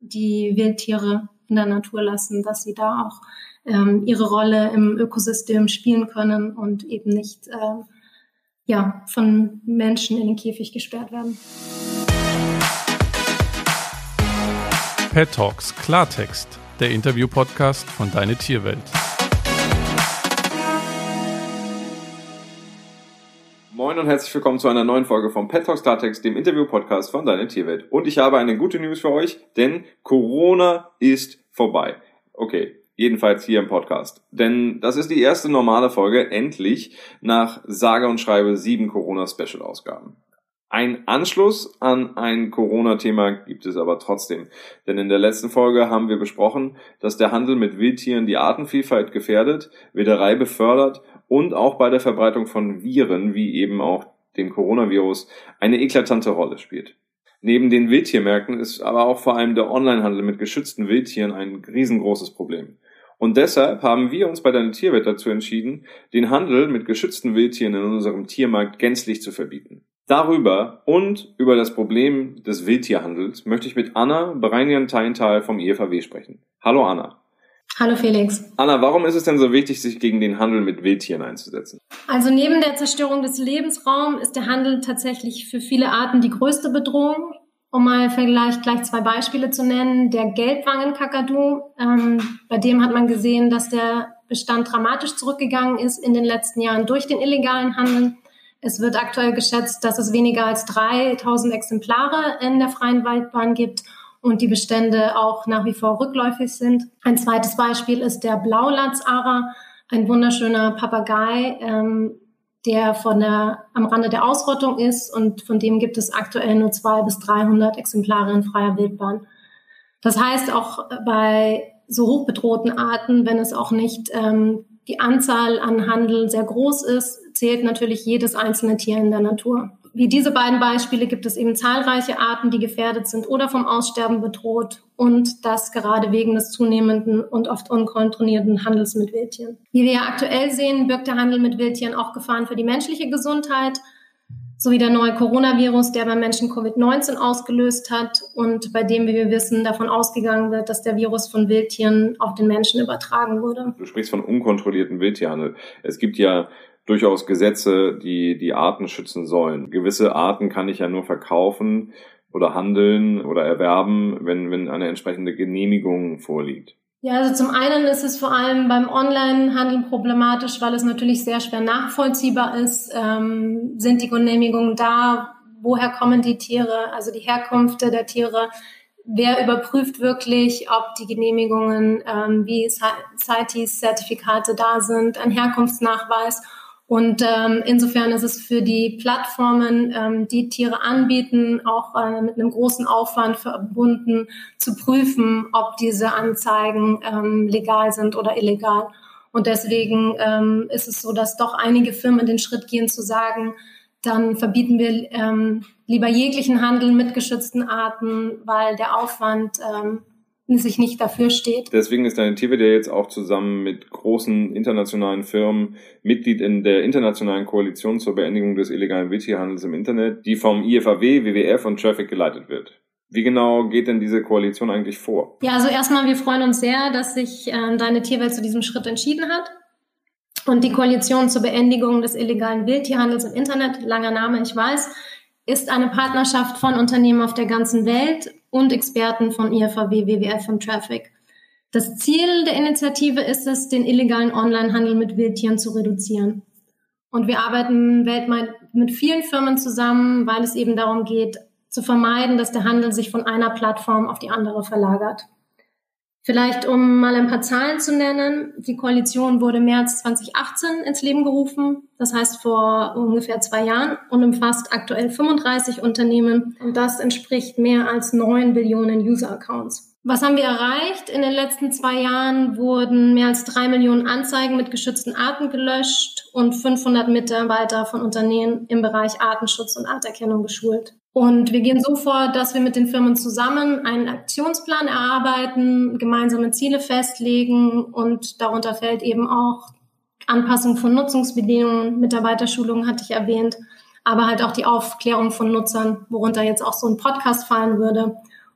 die Wildtiere in der Natur lassen, dass sie da auch ihre Rolle im Ökosystem spielen können und eben nicht von Menschen in den Käfig gesperrt werden. Pet Talks Klartext, der Interview-Podcast von Deine Tierwelt. Moin und herzlich willkommen zu einer neuen Folge vom Pet Talks Klartext, dem Interview-Podcast von Deine Tierwelt. Und ich habe eine gute News für euch, denn Corona ist vorbei. Okay, jedenfalls hier im Podcast. Denn das ist die erste normale Folge, endlich, nach sage und schreibe 7 Corona-Special-Ausgaben. Ein Anschluss an ein Corona-Thema gibt es aber trotzdem. Denn in der letzten Folge haben wir besprochen, dass der Handel mit Wildtieren die Artenvielfalt gefährdet, Wilderei befördert und auch bei der Verbreitung von Viren, wie eben auch dem Coronavirus, eine eklatante Rolle spielt. Neben den Wildtiermärkten ist aber auch vor allem der Onlinehandel mit geschützten Wildtieren ein riesengroßes Problem. Und deshalb haben wir uns bei Deine Tierwelt dazu entschieden, den Handel mit geschützten Wildtieren in unserem Tiermarkt gänzlich zu verbieten. Darüber und über das Problem des Wildtierhandels möchte ich mit Anna Bereinian-Teintal vom IFAW sprechen. Hallo Anna. Hallo Felix. Anna, warum ist es denn so wichtig, sich gegen den Handel mit Wildtieren einzusetzen? Also neben der Zerstörung des Lebensraums ist der Handel tatsächlich für viele Arten die größte Bedrohung. Um mal vielleicht gleich 2 Beispiele zu nennen. Der Gelbwangenkakadu, bei dem hat man gesehen, dass der Bestand dramatisch zurückgegangen ist in den letzten Jahren durch den illegalen Handel. Es wird aktuell geschätzt, dass es weniger als 3000 Exemplare in der freien Wildbahn gibt und die Bestände auch nach wie vor rückläufig sind. Ein zweites Beispiel ist der Blaulatz-Ara, ein wunderschöner Papagei, der am Rande der Ausrottung ist und von dem gibt es aktuell nur 200 bis 300 Exemplare in freier Wildbahn. Das heißt, auch bei so hochbedrohten Arten, wenn es auch nicht die Anzahl an Handel sehr groß ist, zählt natürlich jedes einzelne Tier in der Natur. Wie diese beiden Beispiele gibt es eben zahlreiche Arten, die gefährdet sind oder vom Aussterben bedroht und das gerade wegen des zunehmenden und oft unkontrollierten Handels mit Wildtieren. Wie wir ja aktuell sehen, birgt der Handel mit Wildtieren auch Gefahren für die menschliche Gesundheit, sowie der neue Coronavirus, der beim Menschen Covid-19 ausgelöst hat und bei dem, wie wir wissen, davon ausgegangen wird, dass der Virus von Wildtieren auf den Menschen übertragen wurde. Du sprichst von unkontrollierten Wildtierhandel. Es gibt ja durchaus Gesetze, die Arten schützen sollen. Gewisse Arten kann ich ja nur verkaufen oder handeln oder erwerben, wenn eine entsprechende Genehmigung vorliegt. Ja, also zum einen ist es vor allem beim Online-Handel problematisch, weil es natürlich sehr schwer nachvollziehbar ist. Sind die Genehmigungen da? Woher kommen die Tiere? Also die Herkunft der Tiere. Wer überprüft wirklich, ob die Genehmigungen wie CITES-Zertifikate da sind, ein Herkunftsnachweis? Und insofern ist es für die Plattformen, die Tiere anbieten, auch mit einem großen Aufwand verbunden, zu prüfen, ob diese Anzeigen legal sind oder illegal. Und deswegen ist es so, dass doch einige Firmen den Schritt gehen zu sagen, dann verbieten wir lieber jeglichen Handel mit geschützten Arten, weil der Aufwand sich nicht dafür steht. Deswegen ist Deine Tierwelt ja jetzt auch zusammen mit großen internationalen Firmen Mitglied in der internationalen Koalition zur Beendigung des illegalen Wildtierhandels im Internet, die vom IFAW, WWF und Traffic geleitet wird. Wie genau geht denn diese Koalition eigentlich vor? Ja, also erstmal, wir freuen uns sehr, dass sich Deine Tierwelt zu diesem Schritt entschieden hat. Und die Koalition zur Beendigung des illegalen Wildtierhandels im Internet, langer Name, ich weiß, ist eine Partnerschaft von Unternehmen auf der ganzen Welt und Experten von IFAW, WWF und Traffic. Das Ziel der Initiative ist es, den illegalen Onlinehandel mit Wildtieren zu reduzieren. Und wir arbeiten weltweit mit vielen Firmen zusammen, weil es eben darum geht, zu vermeiden, dass der Handel sich von einer Plattform auf die andere verlagert. Vielleicht, um mal ein paar Zahlen zu nennen. Die Koalition wurde im März 2018 ins Leben gerufen, das heißt vor ungefähr 2 Jahren, und umfasst aktuell 35 Unternehmen. Und das entspricht mehr als 9 Billionen User-Accounts. Was haben wir erreicht? In den letzten 2 Jahren wurden mehr als 3 Millionen Anzeigen mit geschützten Arten gelöscht und 500 Mitarbeiter von Unternehmen im Bereich Artenschutz und Arterkennung geschult. Und wir gehen so vor, dass wir mit den Firmen zusammen einen Aktionsplan erarbeiten, gemeinsame Ziele festlegen und darunter fällt eben auch Anpassung von Nutzungsbedingungen, Mitarbeiterschulung hatte ich erwähnt, aber halt auch die Aufklärung von Nutzern, worunter jetzt auch so ein Podcast fallen würde.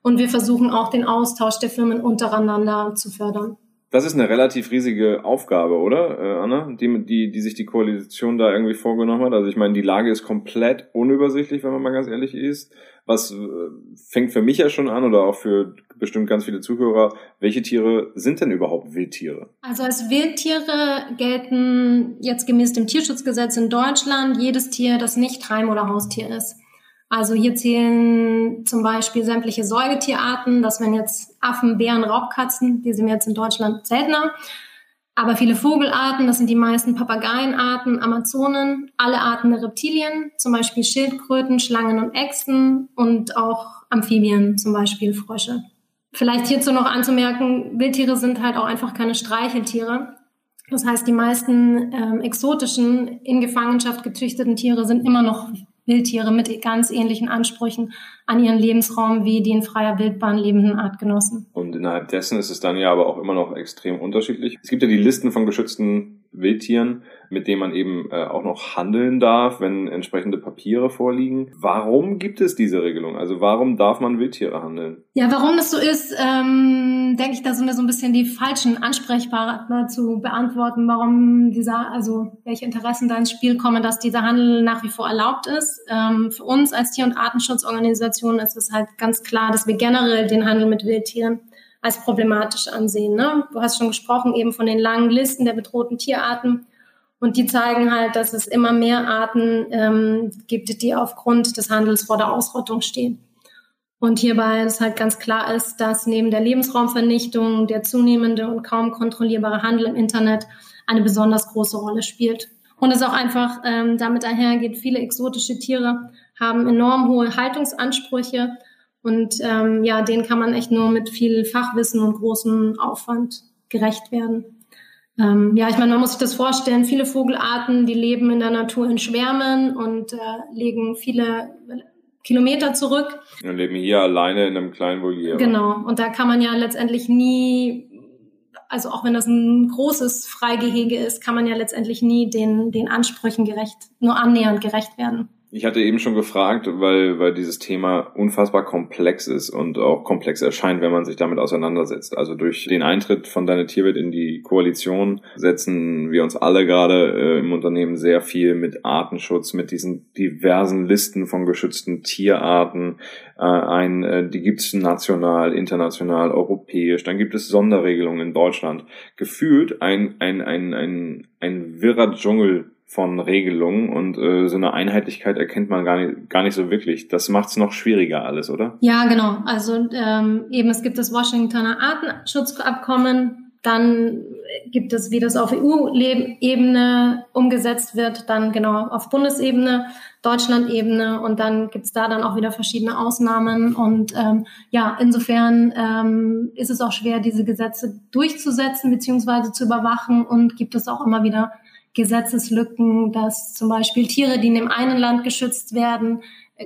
Und wir versuchen auch den Austausch der Firmen untereinander zu fördern. Das ist eine relativ riesige Aufgabe, oder, Anna, die sich die Koalition da irgendwie vorgenommen hat? Also ich meine, die Lage ist komplett unübersichtlich, wenn man mal ganz ehrlich ist. Was fängt für mich ja schon an oder auch für bestimmt ganz viele Zuhörer, welche Tiere sind denn überhaupt Wildtiere? Also als Wildtiere gelten jetzt gemäß dem Tierschutzgesetz in Deutschland jedes Tier, das nicht Heim- oder Haustier ist. Also hier zählen zum Beispiel sämtliche Säugetierarten, das wären jetzt Affen, Bären, Raubkatzen, die sind jetzt in Deutschland seltener. Aber viele Vogelarten, das sind die meisten Papageienarten, Amazonen, alle Arten der Reptilien, zum Beispiel Schildkröten, Schlangen und Echsen und auch Amphibien, zum Beispiel Frösche. Vielleicht hierzu noch anzumerken, Wildtiere sind halt auch einfach keine Streicheltiere. Das heißt, die meisten exotischen, in Gefangenschaft gezüchteten Tiere sind immer noch Wildtiere mit ganz ähnlichen Ansprüchen an ihren Lebensraum wie die in freier Wildbahn lebenden Artgenossen. Und innerhalb dessen ist es dann ja aber auch immer noch extrem unterschiedlich. Es gibt ja die Listen von geschützten Wildtieren, mit denen man eben auch noch handeln darf, wenn entsprechende Papiere vorliegen. Warum gibt es diese Regelung? Also warum darf man Wildtiere handeln? Ja, warum das so ist, denke ich, da sind wir so ein bisschen die falschen Ansprechpartner zu beantworten, warum welche Interessen da ins Spiel kommen, dass dieser Handel nach wie vor erlaubt ist. Für uns als Tier- und Artenschutzorganisation ist es halt ganz klar, dass wir generell den Handel mit Wildtieren als problematisch ansehen. Ne? Du hast schon gesprochen eben von den langen Listen der bedrohten Tierarten und die zeigen halt, dass es immer mehr Arten gibt, die aufgrund des Handels vor der Ausrottung stehen. Und hierbei ist halt ganz klar ist, dass neben der Lebensraumvernichtung der zunehmende und kaum kontrollierbare Handel im Internet eine besonders große Rolle spielt. Und es auch einfach damit einhergeht, viele exotische Tiere haben enorm hohe Haltungsansprüche und denen kann man echt nur mit viel Fachwissen und großem Aufwand gerecht werden. Ich meine, man muss sich das vorstellen, viele Vogelarten, die leben in der Natur in Schwärmen und legen viele Kilometer zurück. Wir leben hier alleine in einem kleinen Voliere. Genau, und da kann man ja letztendlich nie, also auch wenn das ein großes Freigehege ist, kann man ja letztendlich nie den Ansprüchen nur annähernd gerecht werden. Ich hatte eben schon gefragt, weil dieses Thema unfassbar komplex ist und auch komplex erscheint, wenn man sich damit auseinandersetzt. Also durch den Eintritt von Deine Tierwelt in die Koalition setzen wir uns alle gerade im Unternehmen sehr viel mit Artenschutz, mit diesen diversen Listen von geschützten Tierarten ein. Die gibt es national, international, europäisch. Dann gibt es Sonderregelungen in Deutschland. Gefühlt ein wirrer Dschungel von Regelungen und so eine Einheitlichkeit erkennt man gar nicht so wirklich. Das macht's noch schwieriger alles, oder? Ja, genau. Also eben es gibt das Washingtoner Artenschutzabkommen, dann gibt es, wie das auf EU-Ebene umgesetzt wird, dann genau auf Bundesebene, Deutschland-Ebene und dann gibt's da dann auch wieder verschiedene Ausnahmen und insofern ist es auch schwer, diese Gesetze durchzusetzen bzw. zu überwachen und gibt es auch immer wieder Gesetzeslücken, dass zum Beispiel Tiere, die in dem einen Land geschützt sind,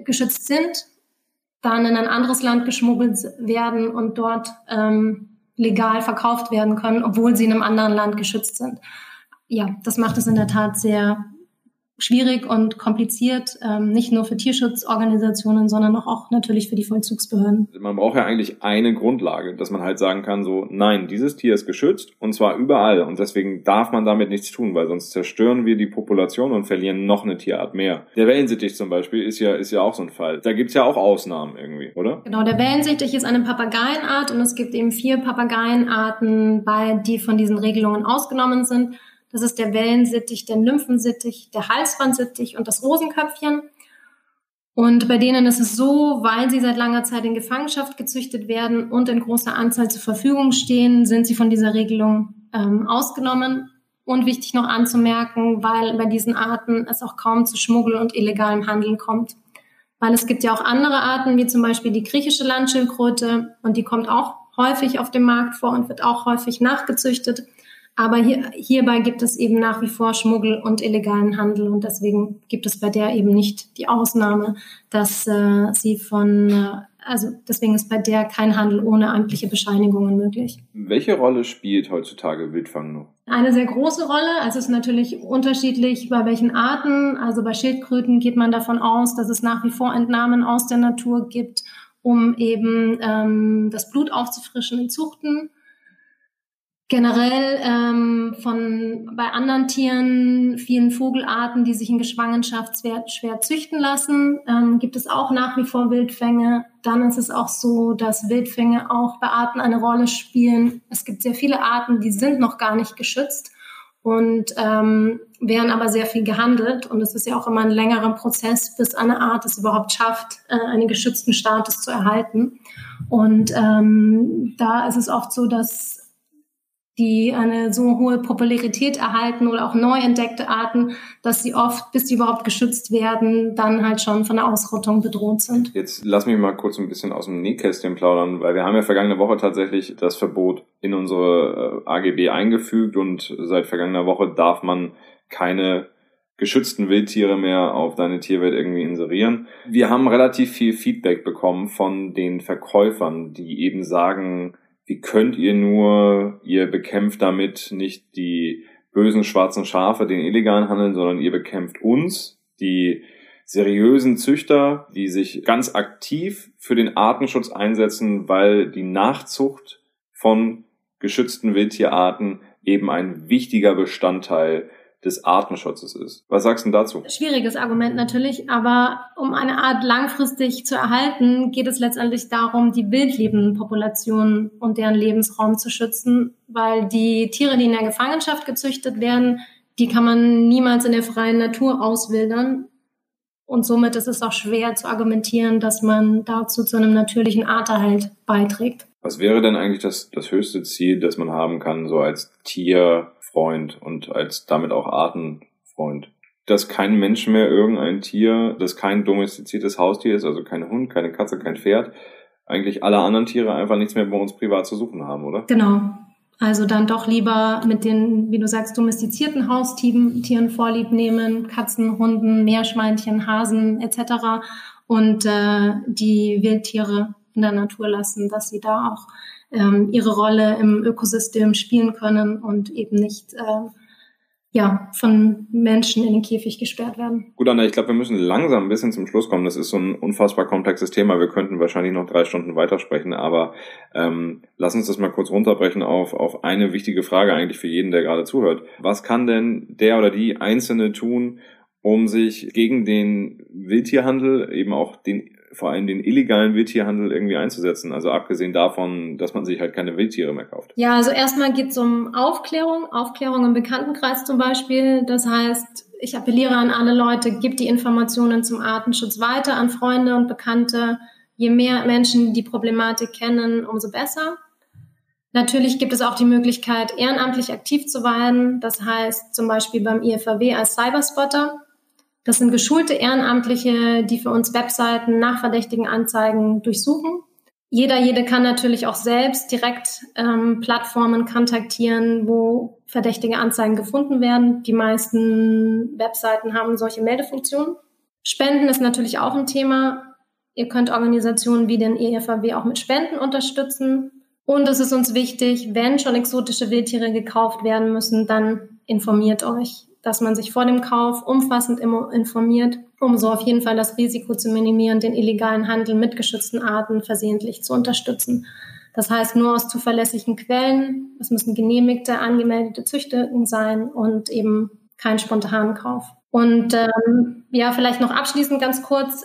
dann in ein anderes Land geschmuggelt werden und dort legal verkauft werden können, obwohl sie in einem anderen Land geschützt sind. Ja, das macht es in der Tat sehr schwierig und kompliziert, nicht nur für Tierschutzorganisationen, sondern auch natürlich für die Vollzugsbehörden. Man braucht ja eigentlich eine Grundlage, dass man halt sagen kann, so, nein, dieses Tier ist geschützt und zwar überall und deswegen darf man damit nichts tun, weil sonst zerstören wir die Population und verlieren noch eine Tierart mehr. Der Wellensittich zum Beispiel ist ja auch so ein Fall. Da gibt's ja auch Ausnahmen irgendwie, oder? Genau, der Wellensittich ist eine Papageienart und es gibt eben 4 Papageienarten, die von diesen Regelungen ausgenommen sind. Das ist der Wellensittich, der Nymphensittich, der Halsbandsittich und das Rosenköpfchen. Und bei denen ist es so, weil sie seit langer Zeit in Gefangenschaft gezüchtet werden und in großer Anzahl zur Verfügung stehen, sind sie von dieser Regelung ausgenommen. Und wichtig noch anzumerken, weil bei diesen Arten es auch kaum zu Schmuggel und illegalem Handeln kommt. Weil es gibt ja auch andere Arten, wie zum Beispiel die griechische Landschildkröte und die kommt auch häufig auf dem Markt vor und wird auch häufig nachgezüchtet. Aber hierbei gibt es eben nach wie vor Schmuggel und illegalen Handel und deswegen gibt es bei der eben nicht die Ausnahme, dass deswegen ist bei der kein Handel ohne amtliche Bescheinigungen möglich. Welche Rolle spielt heutzutage Wildfang noch? Eine sehr große Rolle. Also es ist natürlich unterschiedlich, bei welchen Arten. Also bei Schildkröten geht man davon aus, dass es nach wie vor Entnahmen aus der Natur gibt um eben das Blut aufzufrischen in Zuchten. Generell bei anderen Tieren, vielen Vogelarten, die sich in Geschwangenschaft schwer züchten lassen, gibt es auch nach wie vor Wildfänge. Dann ist es auch so, dass Wildfänge auch bei Arten eine Rolle spielen. Es gibt sehr viele Arten, die sind noch gar nicht geschützt und werden aber sehr viel gehandelt. Und es ist ja auch immer ein längerer Prozess, bis eine Art es überhaupt schafft, einen geschützten Status zu erhalten. Und da ist es oft so, dass die eine so hohe Popularität erhalten oder auch neu entdeckte Arten, dass sie oft, bis sie überhaupt geschützt werden, dann halt schon von der Ausrottung bedroht sind. Jetzt lass mich mal kurz ein bisschen aus dem Nähkästchen plaudern, weil wir haben ja vergangene Woche tatsächlich das Verbot in unsere AGB eingefügt und seit vergangener Woche darf man keine geschützten Wildtiere mehr auf Deine Tierwelt irgendwie inserieren. Wir haben relativ viel Feedback bekommen von den Verkäufern, die eben sagen, wie könnt ihr nur, ihr bekämpft damit nicht die bösen schwarzen Schafe, den illegalen Handel, sondern ihr bekämpft uns, die seriösen Züchter, die sich ganz aktiv für den Artenschutz einsetzen, weil die Nachzucht von geschützten Wildtierarten eben ein wichtiger Bestandteil des Artenschutzes ist. Was sagst du dazu? Schwieriges Argument natürlich, aber um eine Art langfristig zu erhalten, geht es letztendlich darum, die wildlebenden Populationen und deren Lebensraum zu schützen, weil die Tiere, die in der Gefangenschaft gezüchtet werden, die kann man niemals in der freien Natur auswildern. Und somit ist es auch schwer zu argumentieren, dass man dazu zu einem natürlichen Arterhalt beiträgt. Was wäre denn eigentlich das höchste Ziel, das man haben kann, so als Tierfreund und als damit auch Artenfreund? Dass kein Mensch mehr irgendein Tier, das kein domestiziertes Haustier ist, also kein Hund, keine Katze, kein Pferd, eigentlich alle anderen Tiere einfach nichts mehr bei uns privat zu suchen haben, oder? Genau. Also dann doch lieber mit den, wie du sagst, domestizierten Haustieren Vorlieb nehmen, Katzen, Hunden, Meerschweinchen, Hasen etc. und die Wildtiere in der Natur lassen, dass sie da auch ihre Rolle im Ökosystem spielen können und eben nicht von Menschen in den Käfig gesperrt werden. Gut, Anna, ich glaube, wir müssen langsam ein bisschen zum Schluss kommen. Das ist so ein unfassbar komplexes Thema. Wir könnten wahrscheinlich noch 3 Stunden weitersprechen, aber lass uns das mal kurz runterbrechen auf eine wichtige Frage eigentlich für jeden, der gerade zuhört. Was kann denn der oder die Einzelne tun, um sich gegen den Wildtierhandel, eben auch vor allem den illegalen Wildtierhandel irgendwie einzusetzen? Also abgesehen davon, dass man sich halt keine Wildtiere mehr kauft. Ja, also erstmal geht es um Aufklärung im Bekanntenkreis zum Beispiel. Das heißt, ich appelliere an alle Leute, gebt die Informationen zum Artenschutz weiter an Freunde und Bekannte. Je mehr Menschen die Problematik kennen, umso besser. Natürlich gibt es auch die Möglichkeit, ehrenamtlich aktiv zu werden. Das heißt zum Beispiel beim IFAW als Cyberspotter. Das sind geschulte Ehrenamtliche, die für uns Webseiten nach verdächtigen Anzeigen durchsuchen. Jede kann natürlich auch selbst direkt Plattformen kontaktieren, wo verdächtige Anzeigen gefunden werden. Die meisten Webseiten haben solche Meldefunktionen. Spenden ist natürlich auch ein Thema. Ihr könnt Organisationen wie den IFAW auch mit Spenden unterstützen. Und es ist uns wichtig, wenn schon exotische Wildtiere gekauft werden müssen, dann informiert euch, dass man sich vor dem Kauf umfassend informiert, um so auf jeden Fall das Risiko zu minimieren, den illegalen Handel mit geschützten Arten versehentlich zu unterstützen. Das heißt, nur aus zuverlässigen Quellen, es müssen genehmigte, angemeldete Züchtungen sein und eben kein Spontankauf. Und vielleicht noch abschließend ganz kurz,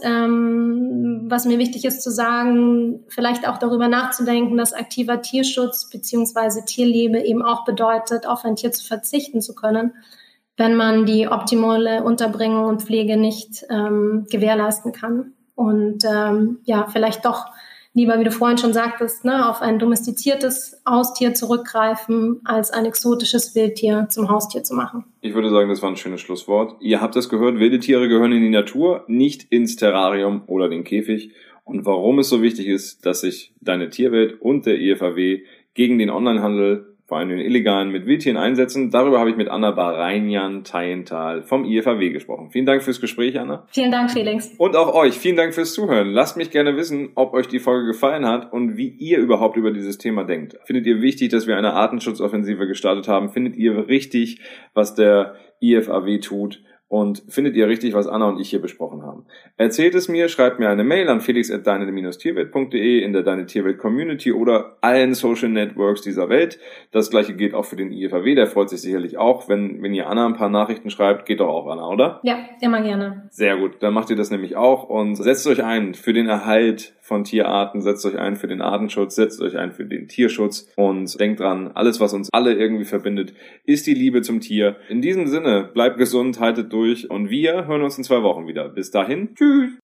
was mir wichtig ist zu sagen, vielleicht auch darüber nachzudenken, dass aktiver Tierschutz bzw. Tierliebe eben auch bedeutet, auf ein Tier zu verzichten zu können, wenn man die optimale Unterbringung und Pflege nicht gewährleisten kann. Und vielleicht doch lieber, wie du vorhin schon sagtest, auf ein domestiziertes Haustier zurückgreifen, als ein exotisches Wildtier zum Haustier zu machen. Ich würde sagen, das war ein schönes Schlusswort. Ihr habt es gehört, wilde Tiere gehören in die Natur, nicht ins Terrarium oder den Käfig. Und warum es so wichtig ist, dass sich Deine Tierwelt und der IFAW gegen den Onlinehandel, vor allem den illegalen, mit Wildtieren einsetzen. Darüber habe ich mit Anna Barainian-Teijenthal vom IFAW gesprochen. Vielen Dank fürs Gespräch, Anna. Vielen Dank, Felix. Und auch euch, vielen Dank fürs Zuhören. Lasst mich gerne wissen, ob euch die Folge gefallen hat und wie ihr überhaupt über dieses Thema denkt. Findet ihr wichtig, dass wir eine Artenschutzoffensive gestartet haben? Findet ihr richtig, was der IFAW tut? und findet ihr richtig, was Anna und ich hier besprochen haben. Erzählt es mir, schreibt mir eine Mail an felix@deine-tierwelt.de in der Deine Tierwelt Community oder allen Social Networks dieser Welt. Das gleiche gilt auch für den IFAW, der freut sich sicherlich auch, wenn ihr Anna ein paar Nachrichten schreibt. Geht doch auch, Anna, oder? Ja, immer gerne. Sehr gut, dann macht ihr das nämlich auch und setzt euch ein für den Erhalt von Tierarten, setzt euch ein für den Artenschutz, setzt euch ein für den Tierschutz und denkt dran, alles, was uns alle irgendwie verbindet, ist die Liebe zum Tier. In diesem Sinne, bleibt gesund, haltet durch und wir hören uns in 2 Wochen wieder. Bis dahin, tschüss!